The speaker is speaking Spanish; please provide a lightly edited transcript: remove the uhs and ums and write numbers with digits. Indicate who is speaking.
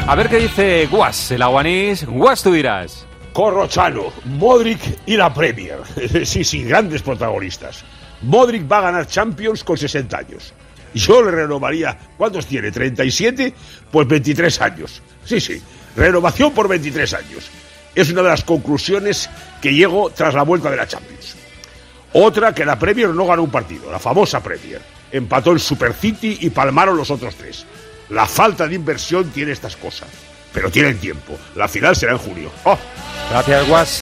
Speaker 1: A ver qué dice Guas, el aguanís. Guas, tú dirás.
Speaker 2: Corrochano, Modric y la Premier. Sí, grandes protagonistas. Modric va a ganar Champions con 60 años. Yo le renovaría, ¿cuántos tiene? ¿37? Pues 23 años. Sí, renovación por 23 años. Es una de las conclusiones que llego tras la vuelta de la Champions. Otra, que la Premier no ganó un partido, la famosa Premier. Empató el Super City y palmaron los otros 3. La falta de inversión tiene estas cosas. Pero tienen tiempo. La final será en junio. ¡Oh!
Speaker 1: Gracias, Guas.